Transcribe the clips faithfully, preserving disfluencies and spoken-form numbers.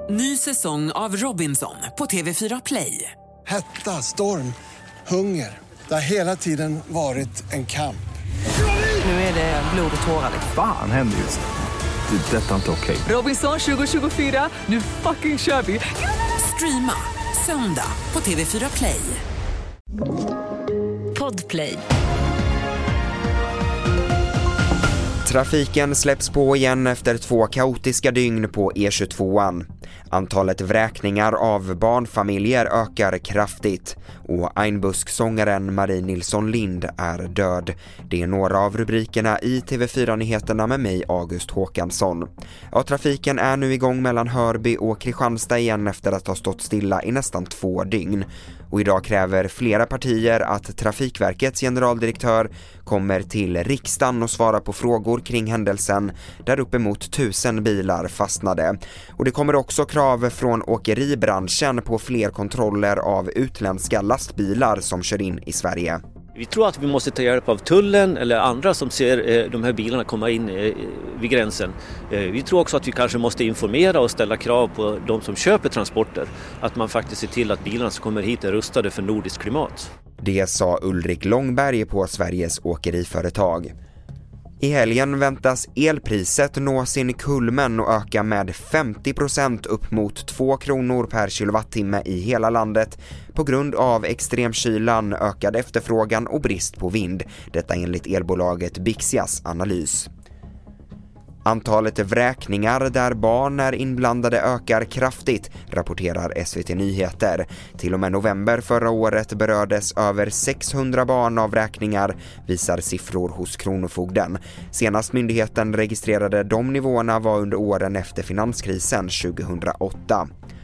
Ny säsong av Robinson på T V fyra Play. Hetta, storm, hunger. Det har hela tiden varit en kamp. Nu är det blod och tårar. Fan händer just det. Det är detta inte okej. Robinson tjugo tjugofyra, nu fucking kör vi. Streama söndag på T V fyra Play. Podplay. Trafiken släpps på igen efter två kaotiska dygn på E tjugotvåan. Antalet vräkningar av barnfamiljer ökar kraftigt och Einbusk-sångaren Marie Nilsson Lind är död. Det är några av rubrikerna i T V fyra-nyheterna med mig, August Håkansson. Ja, trafiken är nu igång mellan Hörby och Kristianstad igen efter att ha stått stilla i nästan två dygn. Och idag kräver flera partier att Trafikverkets generaldirektör kommer till riksdagen och svarar på frågor kring händelsen där uppemot tusen bilar fastnade. Och det kommer också krav från åkeribranschen på fler kontroller av utländska lastbilar som kör in i Sverige. Vi tror att vi måste ta hjälp av tullen eller andra som ser eh, de här bilarna komma in eh, vid gränsen. Eh, vi tror också att vi kanske måste informera och ställa krav på de som köper transporter. Att man faktiskt ser till att bilarna som kommer hit är rustade för nordiskt klimat. Det sa Ulrik Långberg på Sveriges åkeriföretag. I helgen väntas elpriset nå sin kulmen och öka med femtio procent upp mot två kronor per kilowattimme i hela landet på grund av extremkylan, ökad efterfrågan och brist på vind. Detta enligt elbolaget Bixias analys. Antalet vräkningar där barn är inblandade ökar kraftigt, rapporterar S V T Nyheter. Till och med november förra året berördes över sexhundra barn av vräkningar, visar siffror hos Kronofogden. Senast myndigheten registrerade de nivåerna var under åren efter finanskrisen tjugohundraåtta.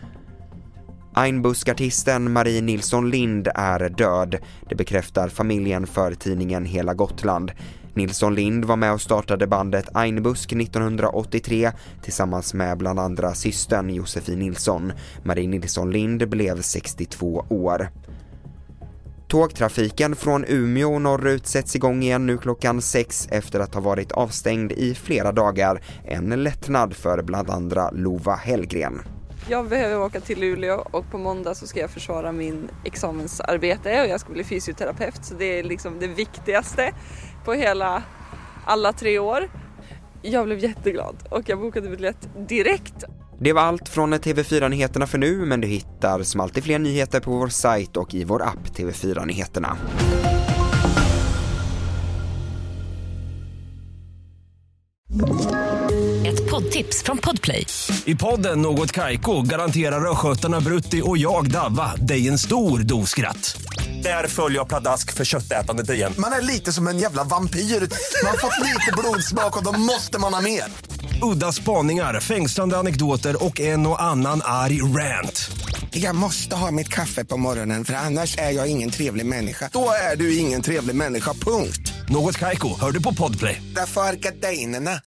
Einbusk-artisten Marie Nilsson Lind är död. Det bekräftar familjen för tidningen Hela Gotland. Nilsson Lind var med och startade bandet Einbusk nittonhundraåttiotre tillsammans med bland andra systern Josefin Nilsson. Marie Nilsson Lind blev sextiotvå år. Tågtrafiken från Umeå norrut sätts igång igen nu klockan sex efter att ha varit avstängd i flera dagar. En lättnad för bland andra Lova Hellgren. Jag behöver åka till Luleå och på måndag så ska jag försvara min examensarbete och jag ska bli fysioterapeut, så det är liksom det viktigaste på hela alla tre år. Jag blev jätteglad och jag bokade biljett direkt. Det var allt från T V fyra-nyheterna för nu, men du hittar som alltid fler nyheter på vår sajt och i vår app T V fyra-nyheterna. Ett poddtips från Podplay. I podden Något Kaiko garanterar röskötarna Brutti och jag Davva dig en stor doskratt. Där följer jag pladask för köttätandet igen. Man är lite som en jävla vampyr. Man har fått lite blodsmak och då måste man ha mer. Udda spaningar, fängslande anekdoter och en och annan arg rant. Jag måste ha mitt kaffe på morgonen för annars är jag ingen trevlig människa. Då är du ingen trevlig människa, punkt. Något Kaiko, hör du på Podplay. Därför är gardinerna.